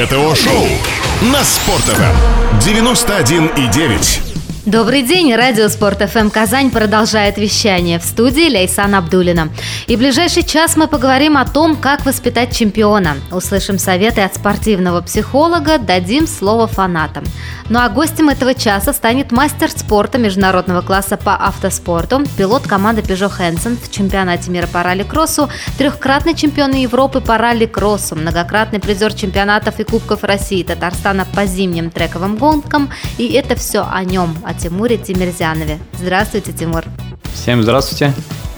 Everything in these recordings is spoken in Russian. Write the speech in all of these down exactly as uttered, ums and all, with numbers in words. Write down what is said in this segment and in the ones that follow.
МТО-шоу на Спорт.ФМ девяносто один и девять. Добрый день, радио Спорт эф эм Казань продолжает вещание. В студии Лейсан Абдуллина. И в ближайший час мы поговорим о том, как воспитать чемпиона. Услышим советы от спортивного психолога, дадим слово фанатам. Ну а гостем этого часа станет мастер спорта международного класса по автоспорту, пилот команды Peugeot Хэнсон в чемпионате мира по ралли-кроссу, трехкратный чемпион Европы по ралли-кроссу, многократный призер чемпионатов и кубков России и Татарстана по зимним трековым гонкам. И это все о нем, о Тимуре Тимирзянове. Здравствуйте, Тимур. Всем здравствуйте.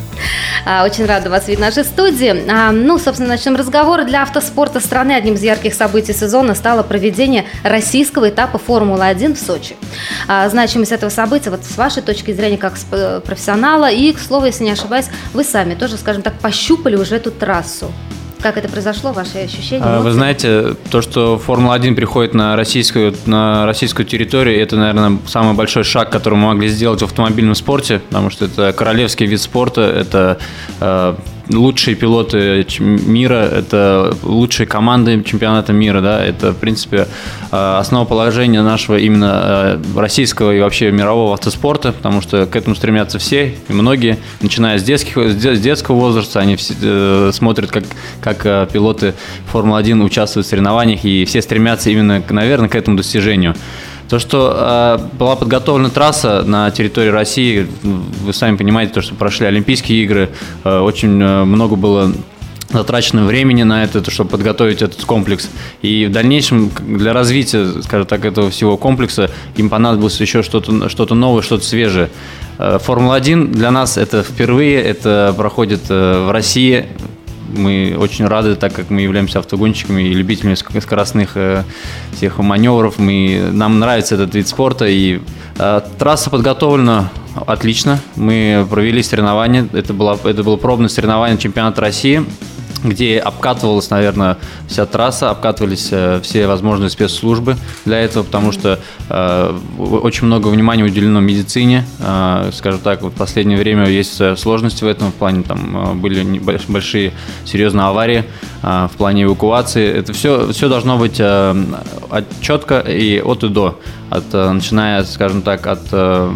Очень рада вас видеть в нашей студии. Ну, собственно, начнем разговор. Для автоспорта страны одним из ярких событий сезона стало проведение российского этапа Формулы-один в Сочи. Значимость этого события, вот с вашей точки зрения, как профессионала, и, к слову, если не ошибаюсь, вы сами тоже, скажем так, пощупали уже эту трассу. Как это произошло, ваши ощущения? Эмоции? Вы знаете, то, что Формула-один приходит на российскую, на российскую территорию, это, наверное, самый большой шаг, который мы могли сделать в автомобильном спорте, потому что это королевский вид спорта, это э, лучшие пилоты мира, это лучшие команды чемпионата мира, да, это, в принципе, основоположение нашего именно российского и вообще мирового автоспорта, потому что к этому стремятся все, и многие, начиная с, детских, с детского возраста, они все, смотрят, как, как пилоты Формулы-один участвуют в соревнованиях, и все стремятся именно, наверное, к этому достижению. То, что э, была подготовлена трасса на территории России, вы сами понимаете, то, что прошли Олимпийские игры, э, очень э, много было затрачено времени на это, чтобы подготовить этот комплекс. И в дальнейшем для развития, скажем так, этого всего комплекса им понадобилось еще что-то, что-то новое, что-то свежее. Э, Формула-один для нас это впервые, это проходит э, в России. Мы очень рады, так как мы являемся автогонщиками и любителями скоростных э, всех маневров. Мы, нам нравится этот вид спорта. И э, трасса подготовлена отлично. Мы провели соревнования. Это было, это было пробное соревнование чемпионата России, где обкатывалась, наверное, вся трасса, обкатывались э, все возможные спецслужбы для этого, потому что э, очень много внимания уделено медицине. Э, скажем так, вот в последнее время есть сложности в этом плане, там были большие серьезные аварии э, в плане эвакуации. Это все, все должно быть э, от, четко и от и до, от, э, начиная, скажем так, от э,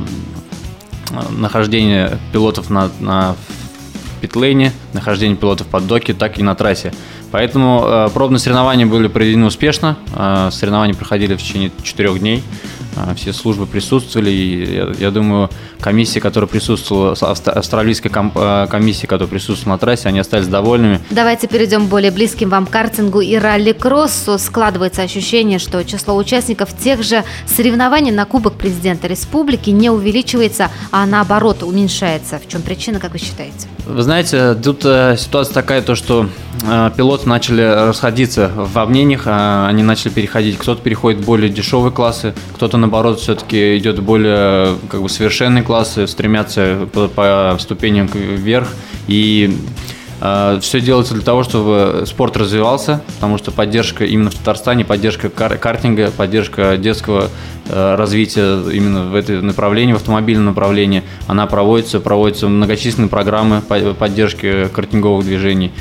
нахождения пилотов на, на питлейне, нахождение пилотов под доке, так и на трассе. Поэтому э, пробные соревнования были проведены успешно. Э, соревнования проходили в течение четырех дней. Э, все службы присутствовали. И я, я думаю, комиссия, которая присутствовала, австралийская ком, э, комиссия, которая присутствовала на трассе, они остались довольными. Давайте перейдем к более близким вам картингу и ралли-кроссу. Складывается ощущение, что число участников тех же соревнований на Кубок Президента Республики не увеличивается, а наоборот уменьшается. В чем причина, как вы считаете? Вы знаете, тут э, ситуация такая, то, что э, пилоты начали расходиться во мнениях, э, они начали переходить, кто-то переходит в более дешевые классы, кто-то, наоборот, все-таки идет в более как бы, совершенные классы, стремятся по, по ступеням вверх, и э, все делается для того, чтобы спорт развивался, потому что поддержка именно в Татарстане, поддержка кар- картинга, поддержка детского развития именно в этом направлении, в автомобильном направлении, она проводится, проводятся многочисленные программы поддержки картинговых движений.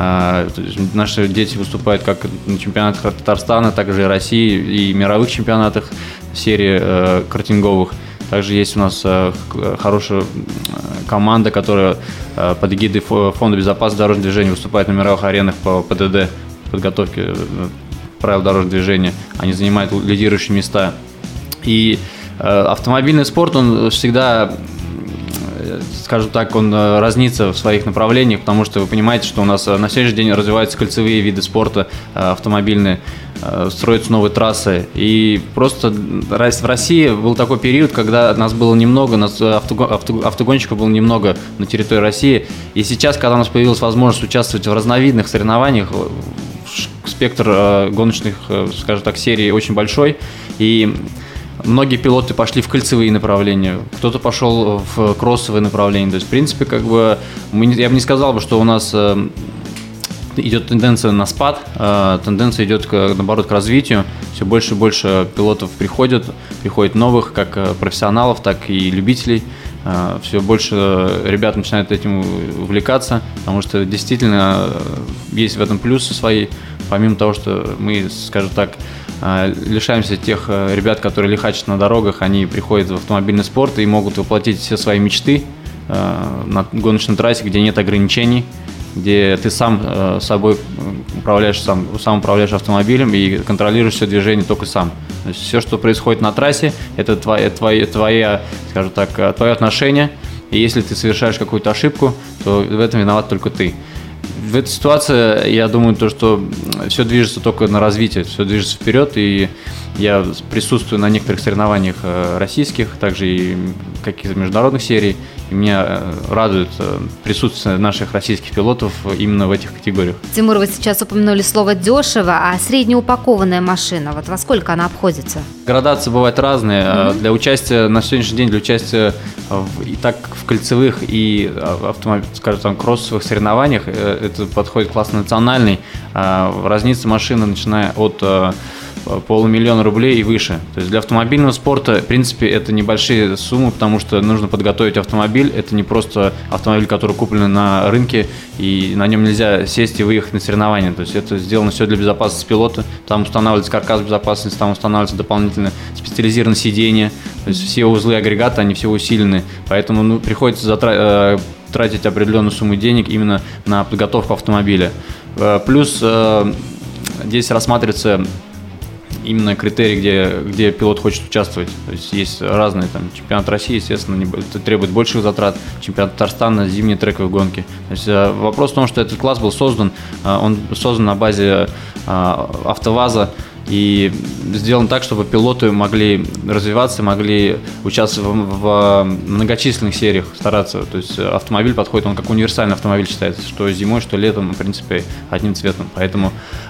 Наши дети выступают как на чемпионатах Татарстана, так же и России, и мировых чемпионатах серии картинговых. Также есть у нас хорошая команда, которая под эгидой Фонда безопасности дорожного движения выступает на мировых аренах по пэ дэ дэ, подготовке правил дорожного движения. Они занимают лидирующие места. И э, автомобильный спорт, он всегда, э, скажем так, он э, разнится в своих направлениях, потому что вы понимаете, что у нас на сегодняшний день развиваются кольцевые виды спорта э, автомобильные, э, строятся новые трассы. И просто в России был такой период, когда нас было немного, нас авто, авто, автогонщиков было немного на территории России. И сейчас, когда у нас появилась возможность участвовать в разновидных соревнованиях, спектр э, гоночных, э, скажем так, серий очень большой, и многие пилоты пошли в кольцевые направления, кто-то пошел в кроссовые направления. То есть, в принципе, как бы, мы, я бы не сказал, что у нас э, идет тенденция на спад, тенденция идет, наоборот, к развитию. Все больше и больше пилотов приходят, приходит новых, как профессионалов, так и любителей. Все больше ребят начинают этим увлекаться, потому что действительно есть в этом плюсы свои. Помимо того, что мы, скажем так, лишаемся тех ребят, которые лихачат на дорогах, они приходят в автомобильный спорт и могут воплотить все свои мечты на гоночной трассе, где нет ограничений, где ты сам собой управляешь, сам, сам управляешь автомобилем и контролируешь все движение только сам. То есть все, что происходит на трассе, это твоя, твоя, твоя, скажем так, твое отношение. И если ты совершаешь какую-то ошибку, то в этом виноват только ты. В этой ситуации, я думаю, то, что все движется только на развитие, все движется вперед, и я присутствую на некоторых соревнованиях российских, также и каких-то международных серий, и меня радует присутствие наших российских пилотов именно в этих категориях. Тимур, вы сейчас упомянули слово «дешево», а среднеупакованная машина, вот во сколько она обходится? Градации бывают разные. Mm-hmm. Для участия, на сегодняшний день, для участия в, и так в кольцевых и автомобиль, скажем там, кроссовых соревнованиях, это подходит класс национальный. Разница машины, начиная от полумиллиона рублей и выше. То есть для автомобильного спорта, в принципе, это небольшие суммы, потому что нужно подготовить автомобиль. Это не просто автомобиль, который куплен на рынке, и на нем нельзя сесть и выехать на соревнования. То есть это сделано все для безопасности пилота. Там устанавливается каркас безопасности, там устанавливается дополнительно специализированное сиденье. То есть все узлы агрегата, они все усилены. Поэтому ну, приходится затра- тратить определенную сумму денег именно на подготовку автомобиля. Плюс здесь рассматривается именно критерии, где, где пилот хочет участвовать. То есть есть разные, там, чемпионат России, естественно, не, это требует больших затрат, чемпионат Татарстана, зимние трековые гонки. То есть вопрос в том, что этот класс был создан, он создан на базе АвтоВАЗа и сделан так, чтобы пилоты могли развиваться, могли участвовать в, в многочисленных сериях, стараться. То есть автомобиль подходит, он как универсальный автомобиль считается, что зимой, что летом, в принципе, одним цветом. Поэтому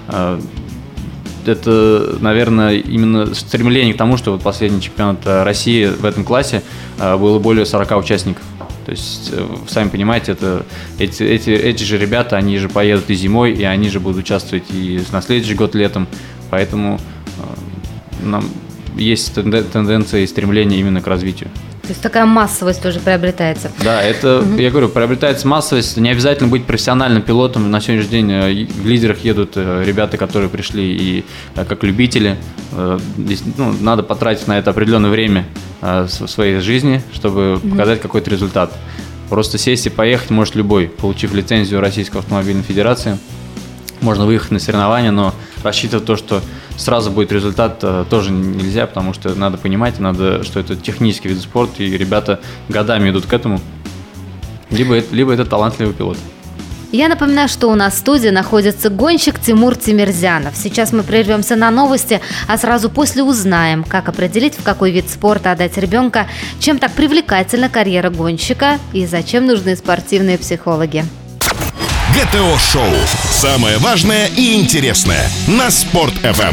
это, наверное, именно стремление к тому, что вот последний чемпионат России в этом классе было более сорока участников. То есть, сами понимаете, это, эти, эти, эти же ребята, они же поедут и зимой, и они же будут участвовать и на следующий год летом. Поэтому нам есть тенденция и стремление именно к развитию. То есть такая массовость тоже приобретается. Да, это, угу. я говорю, приобретается массовость. Не обязательно быть профессиональным пилотом. На сегодняшний день в лидерах едут ребята, которые пришли и как любители. Здесь, ну, надо потратить на это определенное время в своей жизни, чтобы угу. показать какой-то результат. Просто сесть и поехать может любой, получив лицензию Российской автомобильной федерации. Можно выехать на соревнования, но рассчитывать то, что сразу будет результат, тоже нельзя, потому что надо понимать, надо, что это технический вид спорта, и ребята годами идут к этому. Либо это, либо это талантливый пилот. Я напоминаю, что у нас в студии находится гонщик Тимур Тимирзянов. Сейчас мы прервемся на новости, а сразу после узнаем, как определить, в какой вид спорта отдать ребенка, чем так привлекательна карьера гонщика и зачем нужны спортивные психологи. ГТО-шоу. Самое важное и интересное на Спорт.ФМ.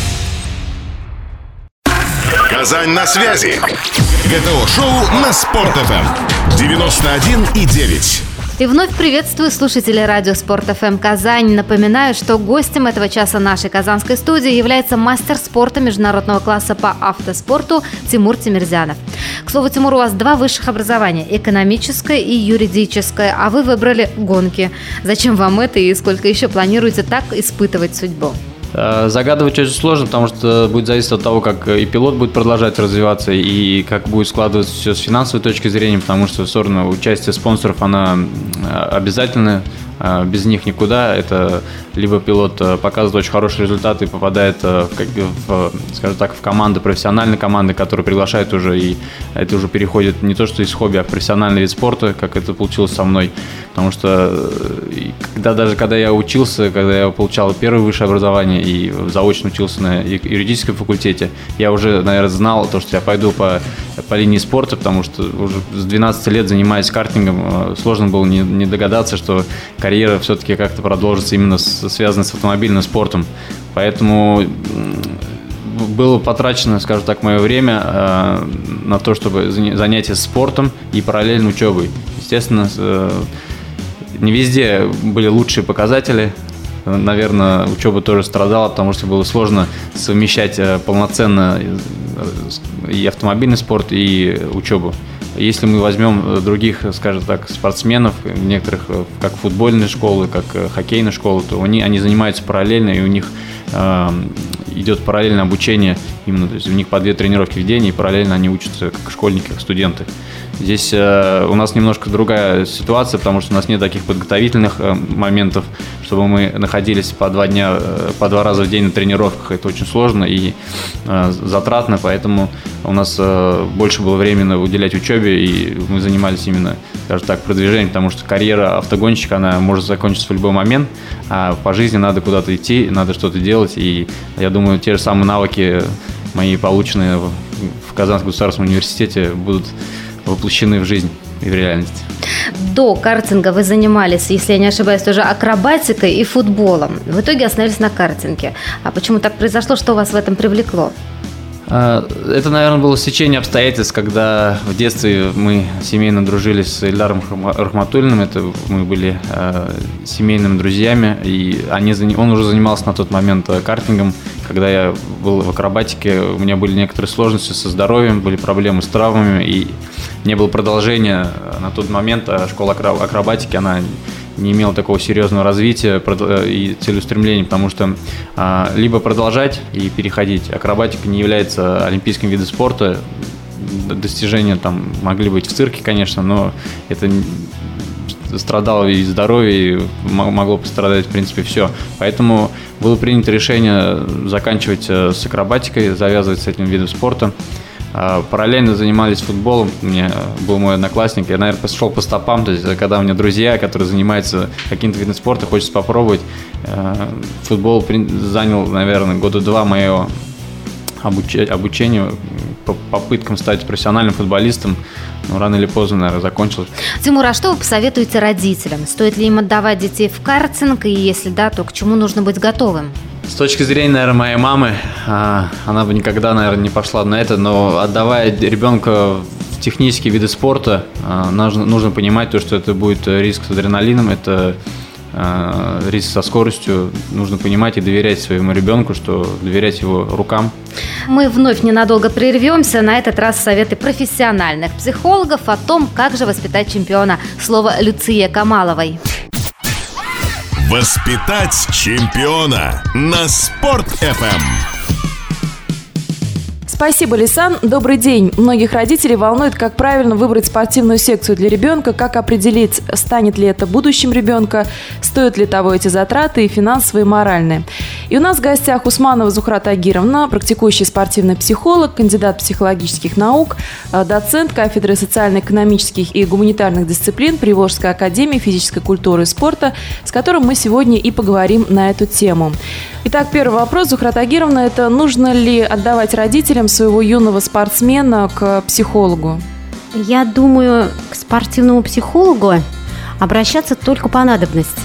Казань на связи. ГТО-шоу на Спорт.ФМ. девяносто один и девять. И вновь приветствую слушателей радио Спорт.ФМ Казань. Напоминаю, что гостем этого часа нашей казанской студии является мастер спорта международного класса по автоспорту Тимур Тимирзянов. К слову, Тимур, у вас два высших образования – экономическое и юридическое, а вы выбрали гонки. Зачем вам это и сколько еще планируете так испытывать судьбу? Загадывать очень сложно, потому что будет зависеть от того, как и пилот будет продолжать развиваться, и как будет складываться все с финансовой точки зрения, потому что все равно участие спонсоров, она обязательная. Без них никуда. Это либо пилот показывает очень хорошие результаты и попадает в, в, скажем так, в команды, профессиональные команды, которые приглашают уже, и это уже переходит не то что из хобби, а в профессиональный вид спорта, как это получилось со мной. Потому что когда, даже когда я учился, когда я получал первое высшее образование и заочно учился на юридическом факультете, я уже, наверное, знал то, что я пойду по, по линии спорта, потому что уже с двенадцати лет, занимаясь картингом, сложно было не, не догадаться, что карьера все-таки как-то продолжится именно с, связанная с автомобильным спортом. Поэтому было потрачено, скажем так, мое время э, на то, чтобы занятия спортом и параллельно учебой. Естественно, э, не везде были лучшие показатели, наверное, учеба тоже страдала, потому что было сложно совмещать полноценно и автомобильный спорт, и учебу. Если мы возьмем других, скажем так, спортсменов, некоторых, как футбольные школы, как хоккейные школы, то они, они занимаются параллельно, и у них э, идет параллельное обучение, именно, то есть у них по две тренировки в день, и параллельно они учатся как школьники, как студенты. Здесь э, у нас немножко другая ситуация, потому что у нас нет таких подготовительных э, моментов, чтобы мы находились по два дня, э, по два раза в день на тренировках. Это очень сложно и э, затратно, поэтому у нас э, больше было времени уделять учебе, и мы занимались именно, скажем так, продвижением, потому что карьера автогонщика, она может закончиться в любой момент, а по жизни надо куда-то идти, надо что-то делать, и я думаю, те же самые навыки мои, полученные в, в Казанском государственном университете, будут воплощены в жизнь и в реальность. До картинга вы занимались, если я не ошибаюсь, тоже акробатикой и футболом. В итоге остановились на картинге. А почему так произошло? Что вас в этом привлекло? Это, наверное, было стечение обстоятельств, когда в детстве мы семейно дружили с Ильдаром Рахматуллиным. Это мы были э, семейными друзьями, и они, он уже занимался на тот момент картингом. Когда я был в акробатике, у меня были некоторые сложности со здоровьем, были проблемы с травмами, и не было продолжения на тот момент. А школа акробатики, она не имела такого серьезного развития и целеустремления, потому что а, либо продолжать и переходить. Акробатика не является олимпийским видом спорта. Достижения там могли быть в цирке, конечно, но это страдало и здоровье, и могло пострадать, в принципе, все. Поэтому было принято решение заканчивать с акробатикой, завязывать с этим видом спорта. Параллельно занимались футболом. У меня был мой одноклассник. Я, наверное, пошел по стопам. То есть, когда у меня друзья, которые занимаются каким-то видом спорта, хочется попробовать. Футбол занял, наверное, года два моего обучения по попыткам стать профессиональным футболистом. Но рано или поздно, наверное, закончилось. Тимур, а что вы посоветуете родителям? Стоит ли им отдавать детей в картинг? И если да, то к чему нужно быть готовым? С точки зрения, наверное, моей мамы, она бы никогда, наверное, не пошла на это, но отдавая ребенка в технические виды спорта, нужно, нужно понимать то, что это будет риск с адреналином, это риск со скоростью. Нужно понимать и доверять своему ребенку, что доверять его рукам. Мы вновь ненадолго прервемся. На этот раз советы профессиональных психологов о том, как же воспитать чемпиона. Слово Люции Камаловой. Воспитать чемпиона на Спорт-эф эм. Спасибо, Лейсан. Добрый день. Многих родителей волнует, как правильно выбрать спортивную секцию для ребенка, как определить, станет ли это будущим ребенка, стоят ли того эти затраты, и финансовые, и моральные. И у нас в гостях Усманова Зухра Тагировна, практикующий спортивный психолог, кандидат психологических наук, доцент кафедры социально-экономических и гуманитарных дисциплин Приволжской академии физической культуры и спорта, с которым мы сегодня и поговорим на эту тему. Итак, первый вопрос, Зухра Тагировна, это нужно ли отдавать родителям своего юного спортсмена к психологу? Я думаю, к спортивному психологу обращаться только по надобности.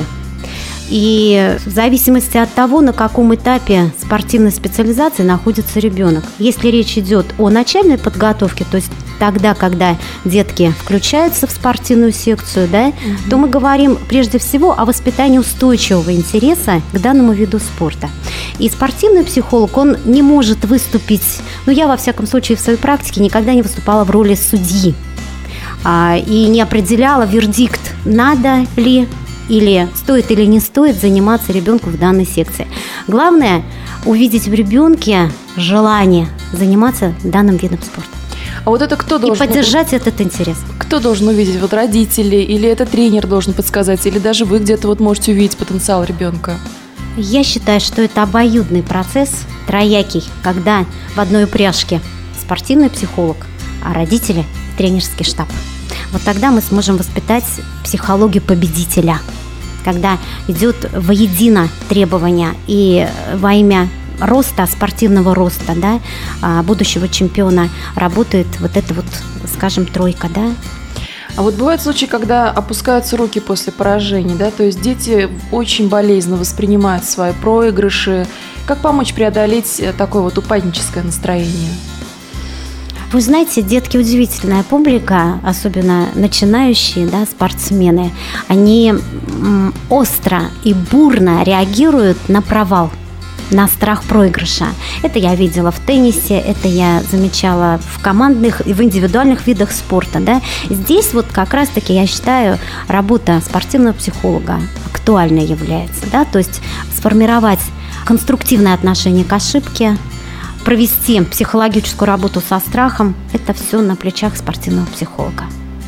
И в зависимости от того, на каком этапе спортивной специализации находится ребенок. Если речь идет о начальной подготовке, то есть тогда, когда детки включаются в спортивную секцию, да, mm-hmm. то мы говорим прежде всего о воспитании устойчивого интереса к данному виду спорта. И спортивный психолог, он не может выступить, ну я во всяком случае в своей практике никогда не выступала в роли судьи а, и не определяла вердикт, надо ли или стоит или не стоит заниматься ребенку в данной секции. Главное увидеть в ребенке желание заниматься данным видом спорта. А вот это кто должен... И поддержать этот интерес. Кто должен увидеть? Вот родители? Или это тренер должен подсказать? Или даже вы где-то вот можете увидеть потенциал ребенка? Я считаю, что это обоюдный процесс, троякий, когда в одной упряжке спортивный психолог, а родители – тренерский штаб. Вот тогда мы сможем воспитать психологию победителя, когда идет воедино требования и во имя роста, спортивного роста, да, будущего чемпиона работает вот эта вот, скажем, тройка, да. А вот бывают случаи, когда опускаются руки после поражений, да, то есть дети очень болезненно воспринимают свои проигрыши. Как помочь преодолеть такое вот упадническое настроение? Вы знаете, детки удивительная публика, особенно начинающие, да, спортсмены. Они м, остро и бурно реагируют на провал, на страх проигрыша. Это я видела в теннисе, это я замечала в командных и в индивидуальных видах спорта. Да. Здесь вот как раз-таки, я считаю, работа спортивного психолога актуальной является. Да. То есть сформировать конструктивное отношение к ошибке, провести психологическую работу со страхом, это все на плечах спортивного психолога.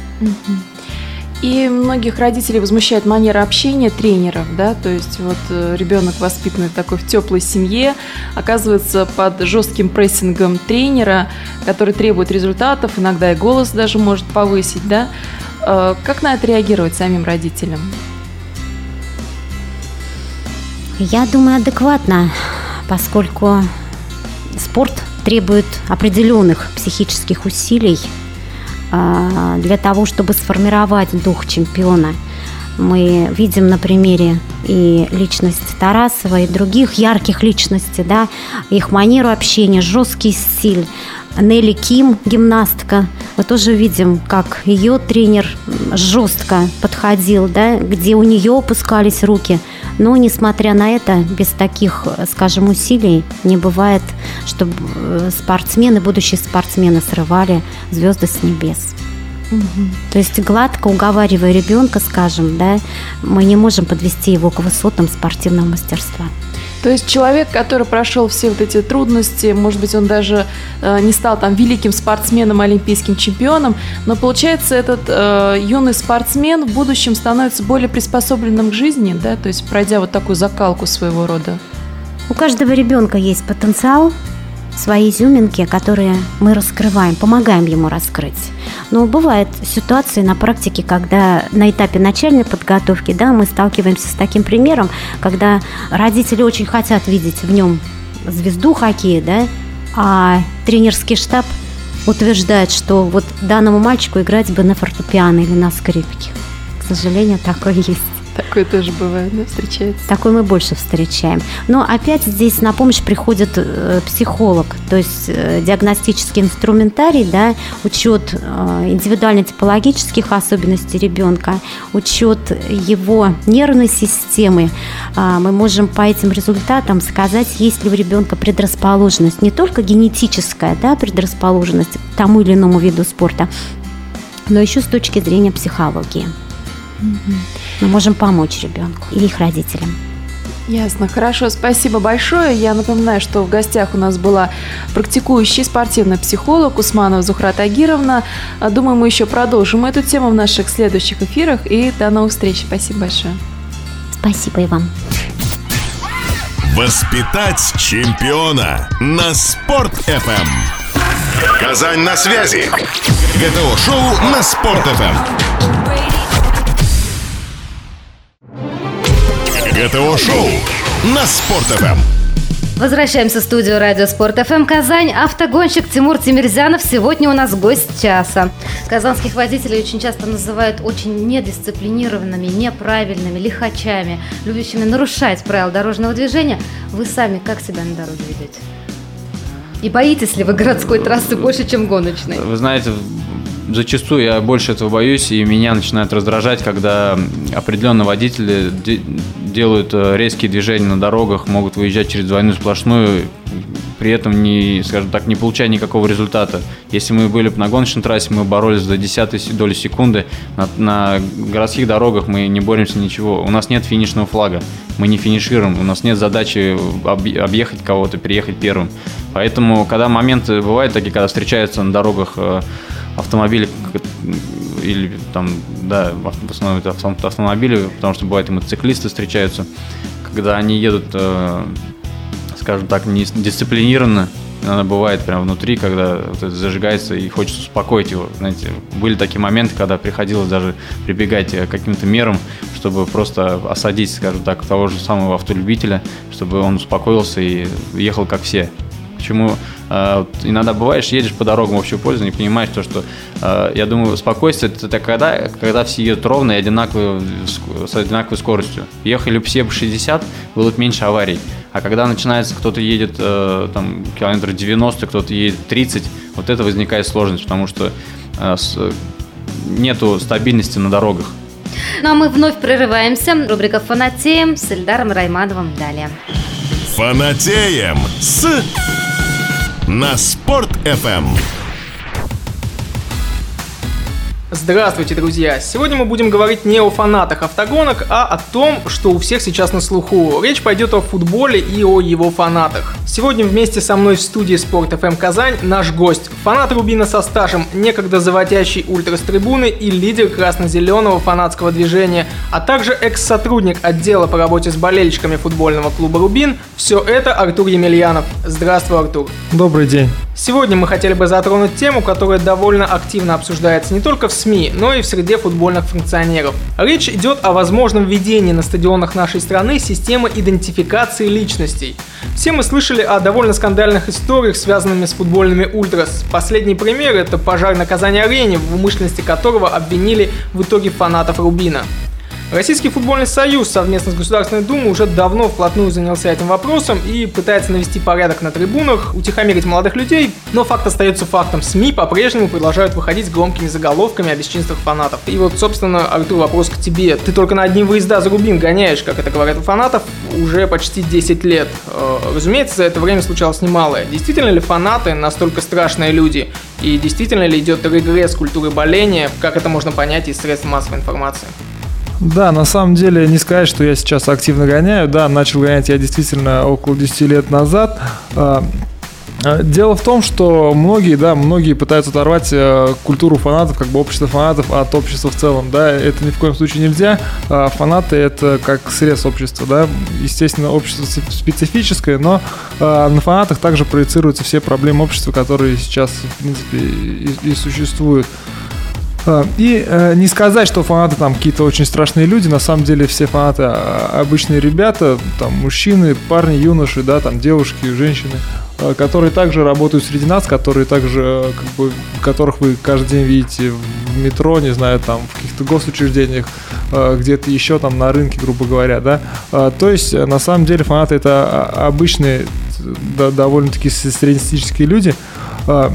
И многих родителей возмущает манера общения тренеров, да, то есть вот ребенок, воспитанный такой в теплой семье, оказывается под жестким прессингом тренера, который требует результатов, иногда и голос даже может повысить, да. Как на это реагировать самим родителям? Я думаю, адекватно, поскольку спорт требует определенных психических усилий э, для того, чтобы сформировать дух чемпиона. Мы видим на примере и личность Тарасова, и других ярких личностей, да, их манеру общения, жесткий стиль. Нелли Ким, гимнастка, мы тоже видим, как ее тренер жестко подходил, да, где у нее опускались руки. Но, несмотря на это, без таких, скажем, усилий не бывает, чтобы спортсмены, будущие спортсмены срывали звезды с небес. Угу. То есть гладко уговаривая ребенка, скажем, да, мы не можем подвести его к высотам спортивного мастерства. То есть человек, который прошел все вот эти трудности, может быть, он даже э, не стал там великим спортсменом, олимпийским чемпионом, но получается, этот э, юный спортсмен в будущем становится более приспособленным к жизни, да, то есть пройдя вот такую закалку своего рода. У каждого ребенка есть потенциал, свои изюминки, которые мы раскрываем, помогаем ему раскрыть. Но бывают ситуации на практике, когда на этапе начальной подготовки, да, мы сталкиваемся с таким примером, когда родители очень хотят видеть в нем звезду хоккея, да, а тренерский штаб утверждает, что вот данному мальчику играть бы на фортепиано или на скрипке. К сожалению, такое есть. Такое тоже бывает, да, встречается? Такое мы больше встречаем. Но опять здесь на помощь приходит э, психолог, то есть э, диагностический инструментарий, да, учет э, индивидуально-типологических особенностей ребенка, учет его нервной системы. Э, мы можем по этим результатам сказать, есть ли у ребенка предрасположенность, не только генетическая, да, предрасположенность к тому или иному виду спорта, но еще с точки зрения психологии. Мы можем помочь ребенку или их родителям. Ясно, хорошо, спасибо большое. Я напоминаю, что в гостях у нас была практикующий спортивный психолог Усманова Зухра Тагировна. Думаю, мы еще продолжим эту тему в наших следующих эфирах. И до новых встреч. Спасибо большое. Спасибо и вам. Воспитать чемпиона на Спорт-эф эм. Казань на связи. ГТО-шоу на Спорт-эф эм. ГТО-шоу на Спорт-эф эм. Возвращаемся в студию радио Спорт-эф эм Казань. Автогонщик Тимур Тимирзянов сегодня у нас гость часа. Казанских водителей очень часто называют очень недисциплинированными, неправильными, лихачами, любящими нарушать правила дорожного движения. Вы сами как себя на дороге ведете? И боитесь ли вы городской трассы больше, чем гоночной? Вы знаете, зачастую я больше этого боюсь, и меня начинает раздражать, когда определенные водители де- делают резкие движения на дорогах, могут выезжать через двойную сплошную, при этом не, скажем так, не получая никакого результата. Если мы были на гоночной трассе, мы боролись за десятые доли секунды, на, на городских дорогах мы не боремся ничего. У нас нет финишного флага, мы не финишируем, у нас нет задачи объехать кого-то, переехать первым. Поэтому, когда моменты бывают такие, когда встречаются на дорогах автомобили или там, да, в основном это автомобили, потому что бывает и мотоциклисты встречаются, когда они едут, э, скажем так, не дисциплинированно, иногда бывает прямо внутри, когда вот это зажигается и хочется успокоить его. Знаете, были такие моменты, когда приходилось даже прибегать к каким-то мерам, чтобы просто осадить, скажем так, того же самого автолюбителя, чтобы он успокоился и ехал как все. Почему э, иногда бываешь, едешь по дорогам общего пользования и понимаешь то, что, э, я думаю, спокойствие – это когда, когда все едут ровно и одинаково, с одинаковой скоростью. Ехали бы все по шестьдесят, было бы меньше аварий. А когда начинается, кто-то едет э, там километр девяносто, кто-то едет тридцать, вот это возникает сложность, потому что э, с, нету стабильности на дорогах. Ну а мы вновь прерываемся. Рубрика «Фанатеем» с Эльдаром Раймадовым далее. Фанатеем с на Спорт.эф эм. Здравствуйте, друзья! Сегодня мы будем говорить не о фанатах автогонок, а о том, что у всех сейчас на слуху. Речь пойдет о футболе и о его фанатах. Сегодня вместе со мной в студии Спорт.эф эм Казань наш гость, фанат Рубина со стажем, некогда заводящий ультра с трибуны и лидер красно-зеленого фанатского движения, а также экс-сотрудник отдела по работе с болельщиками футбольного клуба «Рубин». Все это Артур Емельянов. Здравствуй, Артур. Добрый день. Сегодня мы хотели бы затронуть тему, которая довольно активно обсуждается не только в СМИ, но и в среде футбольных функционеров. Речь идет о возможном введении на стадионах нашей страны системы идентификации личностей. Все мы слышали о довольно скандальных историях, связанными с футбольными ультрас. Последний пример – это пожар на Казани-арене, в умышленности которого обвинили в итоге фанатов Рубина. Российский футбольный союз совместно с Государственной Думой уже давно вплотную занялся этим вопросом и пытается навести порядок на трибунах, утихомирить молодых людей, но факт остается фактом. СМИ по-прежнему продолжают выходить с громкими заголовками о бесчинствах фанатов. И вот, собственно, Артур, вопрос к тебе. Ты только на одни выезда за Рубин гоняешь, как это говорят у фанатов, уже почти десять лет. Разумеется, за это время случалось немалое. Действительно ли фанаты настолько страшные люди? И действительно ли идет регресс культуры боления, как это можно понять из средств массовой информации? Да, на самом деле не сказать, что я сейчас активно гоняю. Да, начал гонять я действительно около десяти лет назад. Дело в том, что многие, да, многие пытаются оторвать культуру фанатов, как бы общество фанатов от общества в целом, да, это ни в коем случае нельзя. Фанаты — это как срез общества, да, естественно, общество специфическое, но на фанатах также проецируются все проблемы общества, которые сейчас, в принципе, и, и существуют. И э, не сказать, что фанаты там какие-то очень страшные люди. На самом деле все фанаты обычные ребята, там мужчины, парни, юноши, да, там девушки, женщины, э, которые также работают среди нас, которые также, как бы, которых вы каждый день видите в метро, не знаю, там в каких-то госучреждениях, э, где-то еще там на рынке, грубо говоря, да. Э, то есть на самом деле фанаты — это обычные, да, довольно-таки среднестатистические люди, э,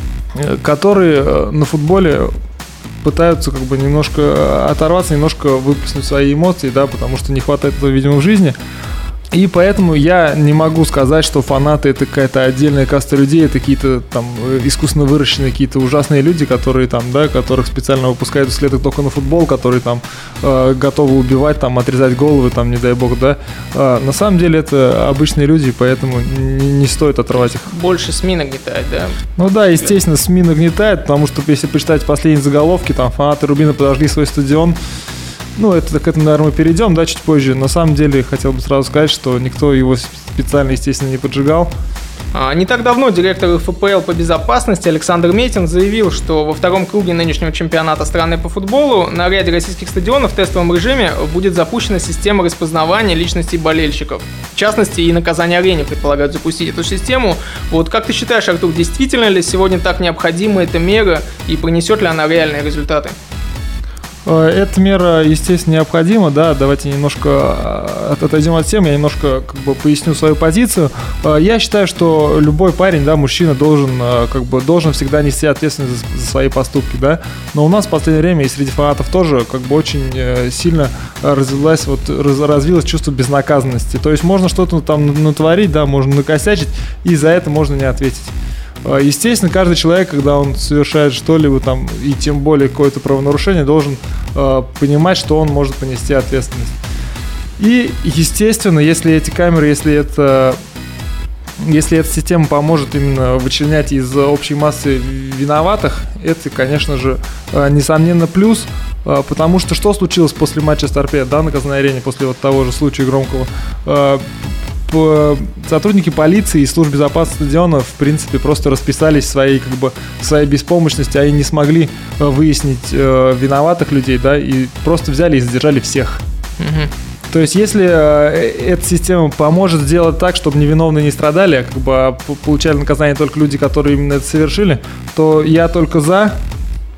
которые на футболе пытаются как бы немножко оторваться, немножко выплеснуть свои эмоции, да, потому что не хватает этого, видимо, в жизни. И поэтому я не могу сказать, что фанаты — это какая-то отдельная каста людей, это какие-то там искусственно выращенные какие-то ужасные люди, которые там, да, которых специально выпускают из клеток только на футбол, которые там э, готовы убивать, там, отрезать головы, там, не дай бог, да. Э, на самом деле это обычные люди, поэтому не, не стоит отрывать их. Больше СМИ нагнетает, да? Ну да, естественно, СМИ нагнетает, потому что если почитать последние заголовки, там, фанаты Рубина подожгли свой стадион. Ну, это к этому, наверное, мы перейдем, да, чуть позже. На самом деле, хотел бы сразу сказать, что никто его специально, естественно, не поджигал. Не так давно директор эф пэ эл по безопасности Александр Метин заявил, что во втором круге нынешнего чемпионата страны по футболу на ряде российских стадионов в тестовом режиме будет запущена система распознавания личностей болельщиков. В частности, и на Казани-арене предполагают запустить эту систему. Вот как ты считаешь, Артур, действительно ли сегодня так необходима эта мера и принесет ли она реальные результаты? Эта мера, естественно, необходима, да, давайте немножко отойдем от темы, я немножко как бы поясню свою позицию. Я считаю, что любой парень, да, мужчина должен, как бы, должен всегда нести ответственность за свои поступки, да, но у нас в последнее время и среди фанатов тоже как бы очень сильно развилось, вот, развилось чувство безнаказанности, то есть можно что-то там натворить, да, можно накосячить, и за это можно не ответить. Естественно, каждый человек, когда он совершает что-либо там, и тем более какое-то правонарушение, должен э, понимать, что он может понести ответственность. И, естественно, если эти камеры, если это, если эта система поможет именно вычленять из общей массы виноватых, это, конечно же, э, несомненно плюс. э, Потому что что случилось после матча с Торпедо, да, на Казани-арене, после вот того же случая громкого? э, Сотрудники полиции и служб безопасности стадиона, в принципе, просто расписались в своей, как бы, в своей беспомощности, они не смогли выяснить э, виноватых людей, да, и просто взяли и задержали всех. Mm-hmm. То есть, если э, эта система поможет сделать так, чтобы невиновные не страдали, а как бы получали наказание только люди, которые именно это совершили, то я только за.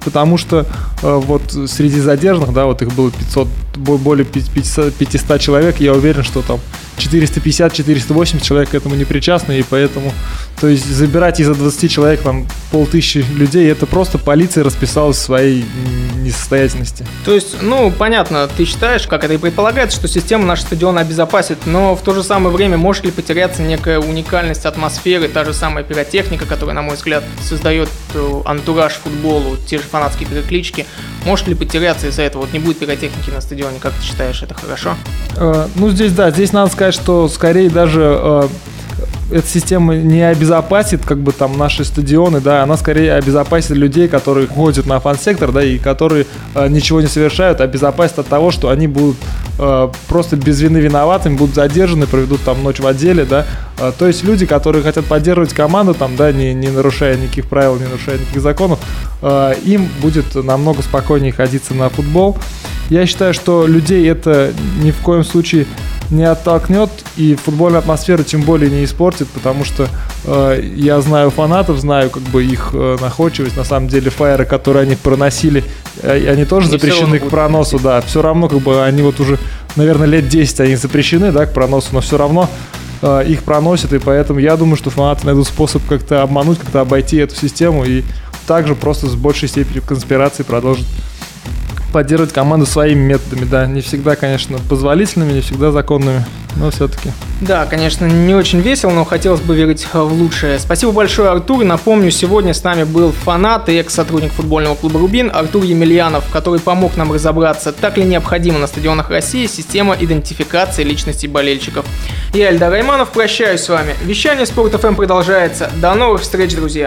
потому что э, вот среди задержанных, да, вот их было пятьсот, более пятьсот человек, я уверен, что там четыреста пятьдесят - четыреста восемьдесят человек к этому не причастны, и поэтому, то есть забирать из-за двадцати человек там полтысячи людей, это просто полиция расписалась в своей несостоятельности. То есть, ну, понятно, ты считаешь, как это и предполагается, что система наш стадион обезопасит, но в то же самое время может ли потеряться некая уникальность атмосферы, та же самая пиротехника, которая, на мой взгляд, создает антураж футболу, те же фанатские переклички, может ли потеряться из-за этого? Вот не будет пиротехники на стадионе, как ты считаешь, это хорошо? Э, ну, здесь, да, здесь надо сказать, что скорее даже э, эта система не обезопасит как бы там наши стадионы, да, она скорее обезопасит людей, которые ходят на фан-сектор, да, и которые э, ничего не совершают, обезопасит от того, что они будут э, просто без вины виноватыми, будут задержаны, проведут там ночь в отделе, да, э, то есть люди, которые хотят поддерживать команду, там, да, не, не нарушая никаких правил, не нарушая никаких законов, э, им будет намного спокойнее ходиться на футбол. Я считаю, что людей это ни в коем случае не оттолкнет, и футбольную атмосферу тем более не испортит, потому что э, я знаю фанатов, знаю как бы их э, находчивость, на самом деле фаеры, которые они проносили, э, они тоже не запрещены к проносу, да, все равно как бы они вот уже, наверное, лет десять они запрещены, да, к проносу, но все равно э, их проносят, и поэтому я думаю, что фанаты найдут способ как-то обмануть, как-то обойти эту систему и также просто с большей степенью конспирации продолжат поддерживать команду своими методами, да, не всегда, конечно, позволительными, не всегда законными, но все-таки. Да, конечно, не очень весело, но хотелось бы верить в лучшее. Спасибо большое, Артур. Напомню, сегодня с нами был фанат и экс-сотрудник футбольного клуба «Рубин» Артур Емельянов, который помог нам разобраться, так ли необходима на стадионах России система идентификации личностей болельщиков. Я, Эльдар Райманов, прощаюсь с вами. Вещание Спорт эф эм продолжается. До новых встреч, друзья.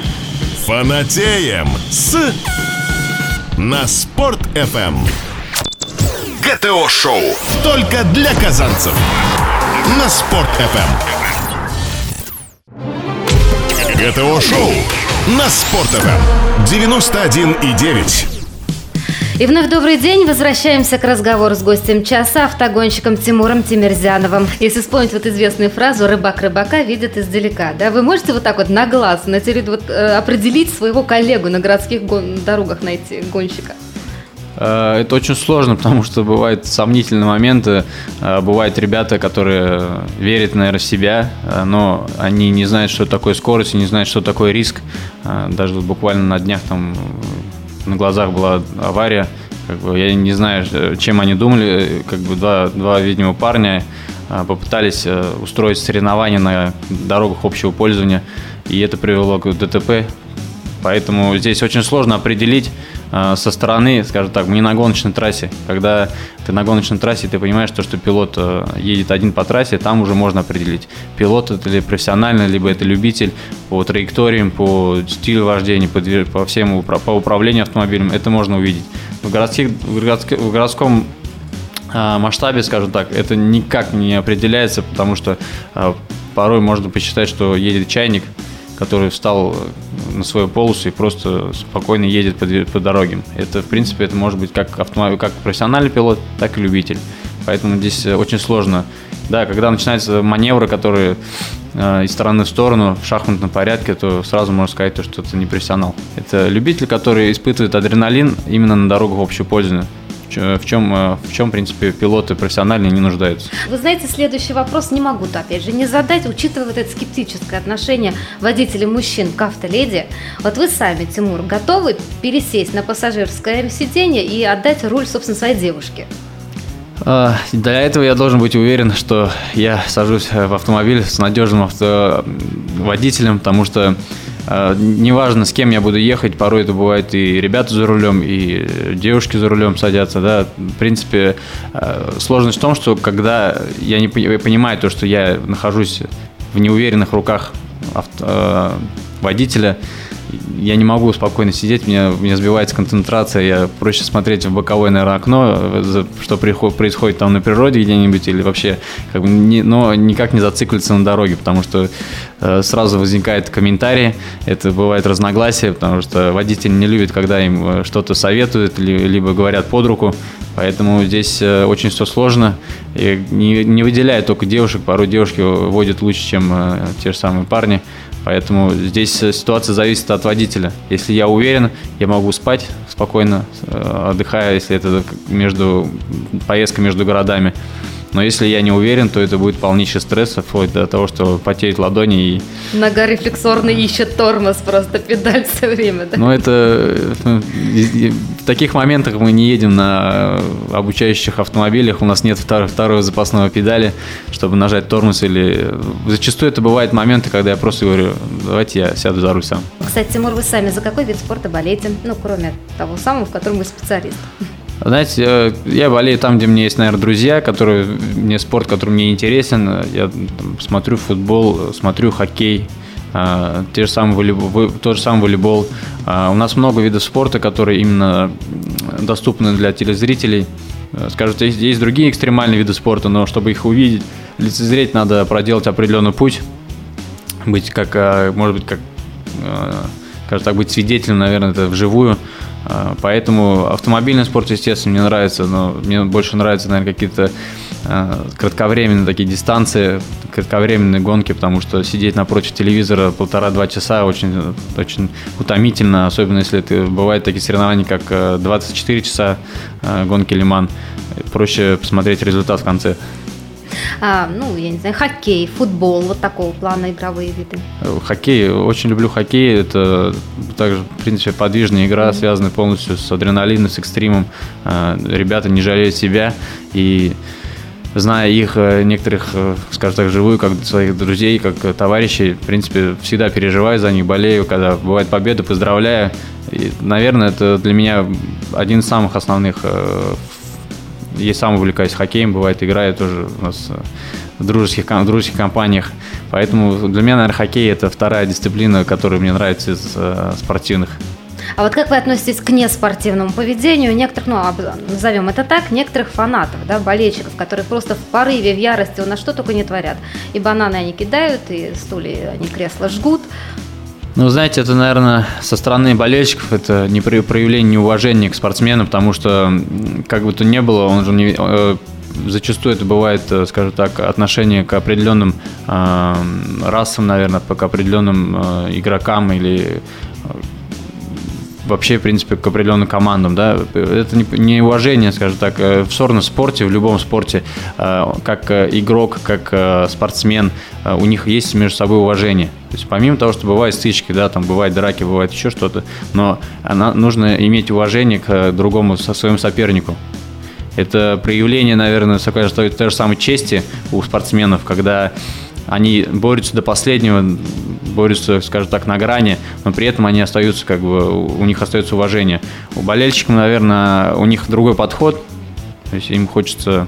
Фанатеем с... на Спорт эф эм. ГТО-шоу только для казанцев на Спорт эф эм. ГТО-шоу на Спорт эф эм девяносто один и девять. И вновь добрый день. Возвращаемся к разговору с гостем часа, автогонщиком Тимуром Тимирзяновым. Если вспомнить вот известную фразу «рыбак рыбака видит издалека», да, вы можете вот так вот на глаз натереть, вот, э, определить своего коллегу на городских гон- дорогах, найти гонщика? Это очень сложно, потому что бывают сомнительные моменты, бывают ребята, которые верят, наверное, в себя, но они не знают, что такое скорость, не знают, что такое риск. Даже вот буквально на днях там на глазах была авария, как бы, я не знаю, чем они думали, как бы два, два видимо, парня попытались устроить соревнования на дорогах общего пользования, и это привело к ДТП. Поэтому здесь очень сложно определить э, со стороны, скажем так, не на гоночной трассе. Когда ты на гоночной трассе, ты понимаешь, то, что пилот э, едет один по трассе, там уже можно определить, пилот это ли профессиональный, либо это любитель по траекториям, по стилю вождения, по, по всему, по управлению автомобилем. Это можно увидеть. В, городских, в, городск, в городском э, масштабе, скажем так, это никак не определяется, потому что э, порой можно посчитать, что едет чайник, который встал на свою полосу и просто спокойно едет по, по дороге. Это, в принципе, это может быть как автомобиль, как профессиональный пилот, так и любитель. Поэтому здесь очень сложно. Да, когда начинаются маневры, которые э, из стороны в сторону в шахматном порядке, то сразу можно сказать, то, что это не профессионал. Это любитель, который испытывает адреналин именно на дорогах общего пользования. В чем, в чем, в принципе, пилоты профессиональные не нуждаются. Вы знаете, следующий вопрос не могу, опять же, не задать, учитывая вот это скептическое отношение водителей мужчин к автоледи. Вот вы сами, Тимур, готовы пересесть на пассажирское сиденье и отдать руль, собственно, своей девушке? Для этого я должен быть уверен, что я сажусь в автомобиль с надежным автоводителем, потому что неважно, с кем я буду ехать, порой это бывает и ребята за рулем, и девушки за рулем садятся, да, в принципе, сложность в том, что когда я не понимаю то, что я нахожусь в неуверенных руках авто, водителя, я не могу спокойно сидеть, меня, меня сбивается концентрация, я проще смотреть в боковое, наверное, окно, что происходит там на природе где-нибудь, или вообще, как бы, не, но никак не зациклиться на дороге, потому что сразу возникают комментарии, это бывает разногласия, потому что водитель не любит, когда им что-то советуют, либо говорят под руку, поэтому здесь очень все сложно. И не, не выделяют только девушек, порой девушки водят лучше, чем те же самые парни. Поэтому здесь ситуация зависит от водителя. Если я уверен, я могу спать спокойно, отдыхая, если это между, поездка между городами. Но если я не уверен, то это будет полнейший стресс, вплоть до того, что потеют ладони. И... Нога рефлексорно ищет тормоз, просто педаль все время, да? Ну, это... В таких моментах мы не едем на обучающих автомобилях, у нас нет второй, второй запасной педали, чтобы нажать тормоз. Или... Зачастую это бывают моменты, когда я просто говорю, давайте я сяду за руль сам. Кстати, Тимур, вы сами за какой вид спорта болеете? Ну, кроме того самого, в котором вы специалист. Знаете, я болею там, где у меня есть, наверное, друзья, которые мне спорт, который мне интересен. Я там смотрю футбол, смотрю хоккей, а, те же самые волейбол, тот же самый волейбол. А, у нас много видов спорта, которые именно доступны для телезрителей. Скажут, есть, есть другие экстремальные виды спорта, но чтобы их увидеть, лицезреть, надо проделать определенный путь, быть как, может быть, как, скажем так, быть свидетелем, наверное, это вживую. Поэтому автомобильный спорт, естественно, мне нравится, но мне больше нравятся, наверное, какие-то кратковременные такие дистанции, кратковременные гонки, потому что сидеть напротив телевизора полтора-два часа очень, очень утомительно, особенно если это бывают такие соревнования, как двадцать четыре часа гонки Лиман. Проще посмотреть результат в конце. А, ну, я не знаю, хоккей, футбол, вот такого плана игровые виды. Хоккей, очень люблю хоккей. Это также, в принципе, подвижная игра, mm-hmm. связанная полностью с адреналином, с экстримом. Ребята не жалеют себя. И зная их, некоторых, скажем так, живую, как своих друзей, как товарищей, в принципе, всегда переживаю за них, болею, когда бывает победа, поздравляю. И, наверное, это для меня один из самых основных. Я сам увлекаюсь хоккеем, бывает, играю тоже у нас в дружеских, в дружеских компаниях. Поэтому для меня, наверное, хоккей – это вторая дисциплина, которая мне нравится из э, спортивных. А вот как вы относитесь к неспортивному поведению некоторых, ну, назовем это так, некоторых фанатов, да, болельщиков, которые просто в порыве, в ярости, на что только не творят. И бананы они кидают, и стулья, они кресла жгут. Ну, знаете, это, наверное, со стороны болельщиков это не проявление неуважения к спортсмену, потому что, как бы то ни было, он же не, э, зачастую это бывает, скажем так, отношение к определенным э, расам, наверное, к определенным э, игрокам или э, вообще, в принципе, к определенным командам, да, это не уважение, скажем так, в сторону спорте, в любом спорте, как игрок, как спортсмен, у них есть между собой уважение. То есть помимо того, что бывают стычки, да, там бывают драки, бывает еще что-то, но она, нужно иметь уважение к другому, со своему сопернику. Это проявление, наверное, такой, той, той же самой чести у спортсменов, когда они борются до последнего, борются, скажем так, на грани, но при этом они остаются, как бы, у них остается уважение. У болельщиков, наверное, у них другой подход, то есть им хочется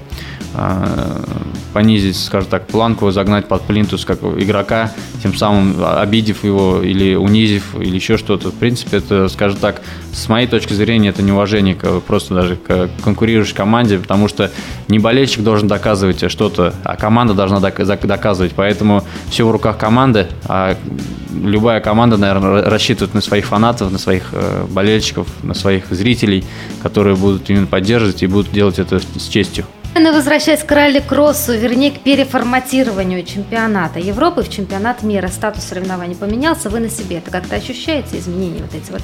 э, понизить, скажем так, планку, загнать под плинтус как игрока, тем самым обидев его или унизив, или еще что-то. В принципе, это, скажем так, с моей точки зрения, это неуважение к, просто даже к конкурирующей команде, потому что не болельщик должен доказывать что-то, а команда должна доказывать. Поэтому все в руках команды, а любая команда, наверное, рассчитывает на своих фанатов, на своих болельщиков, на своих зрителей, которые будут именно поддерживать и будут делать это с честью. Но возвращаясь к ралли-кроссу, вернее, к переформатированию чемпионата Европы в чемпионат мира, статус соревнований поменялся, вы на себе это как-то ощущаете, изменения вот эти вот?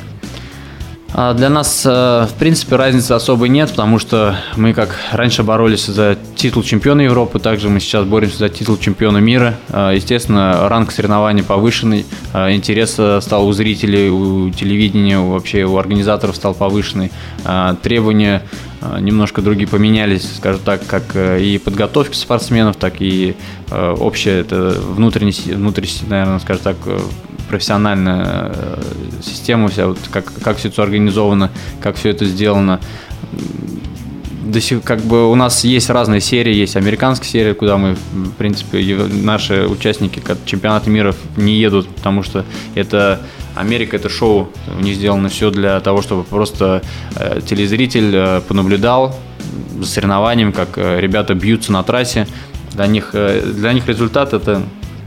Для нас, в принципе, разницы особой нет, потому что мы, как раньше боролись за титул чемпиона Европы, также мы сейчас боремся за титул чемпиона мира. Естественно, ранг соревнований повышенный, интерес стал у зрителей, у телевидения, вообще у организаторов стал повышенный, требования немножко другие поменялись, скажем так, как и подготовки спортсменов, так и общая, это внутренняя, внутренняя, наверное, скажем так, профессиональная система, вся, вот как, как все это организовано, как все это сделано. До сих, как бы у нас есть разные серии, есть американская серия, куда мы, в принципе, наши участники чемпионата мира не едут, потому что это Америка, это шоу, у них сделано все для того, чтобы просто э, телезритель э, понаблюдал за соревнованием, как э, ребята бьются на трассе. Для них, э, для них результат это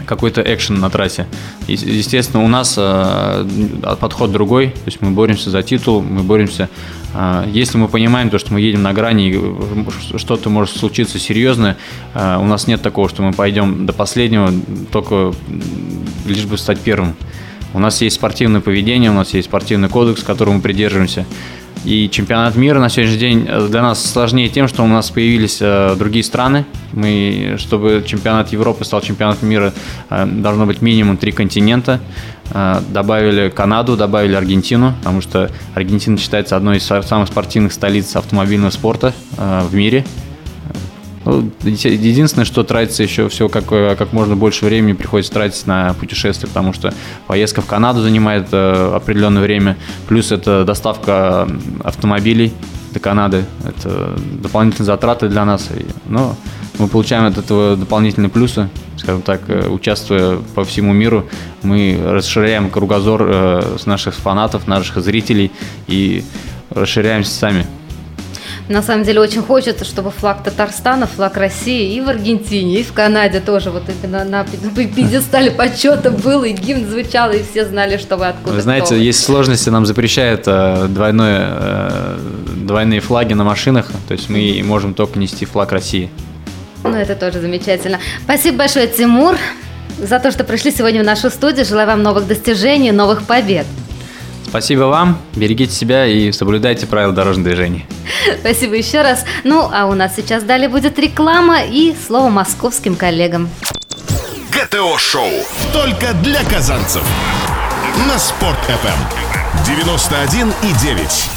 какой-то экшен на трассе. И, естественно, у нас э, подход другой, то есть мы боремся за титул, мы боремся. Э, если мы понимаем то, что мы едем на грани, и что-то может случиться серьезное, э, у нас нет такого, что мы пойдем до последнего, только лишь бы стать первым. У нас есть спортивное поведение, у нас есть спортивный кодекс, которому мы придерживаемся. И чемпионат мира на сегодняшний день для нас сложнее тем, что у нас появились э, другие страны. Мы, чтобы чемпионат Европы стал чемпионатом мира, э, должно быть минимум три континента. Э, добавили Канаду, добавили Аргентину, потому что Аргентина считается одной из самых спортивных столиц автомобильного спорта э, в мире. Единственное, что тратится еще все, как, как можно больше времени приходится тратить на путешествия, потому что поездка в Канаду занимает э, определенное время, плюс это доставка автомобилей до Канады, это дополнительные затраты для нас, но мы получаем от этого дополнительные плюсы, скажем так, участвуя по всему миру, мы расширяем кругозор э, наших фанатов, наших зрителей и расширяемся сами. На самом деле очень хочется, чтобы флаг Татарстана, флаг России и в Аргентине, и в Канаде тоже вот именно на пьедестале почета был, и гимн звучал, и все знали, что вы откуда. Вы знаете, кто. Есть сложности, нам запрещают двойное, двойные флаги на машинах, то есть мы можем только нести флаг России. Ну, это тоже замечательно. Спасибо большое, Тимур, за то, что пришли сегодня в нашу студию. Желаю вам новых достижений, новых побед. Спасибо вам, берегите себя и соблюдайте правила дорожного движения. Спасибо еще раз. Ну, а у нас сейчас далее будет реклама и слово московским коллегам. ГТО-шоу только для казанцев на Спорт эф эм девяносто один и девять.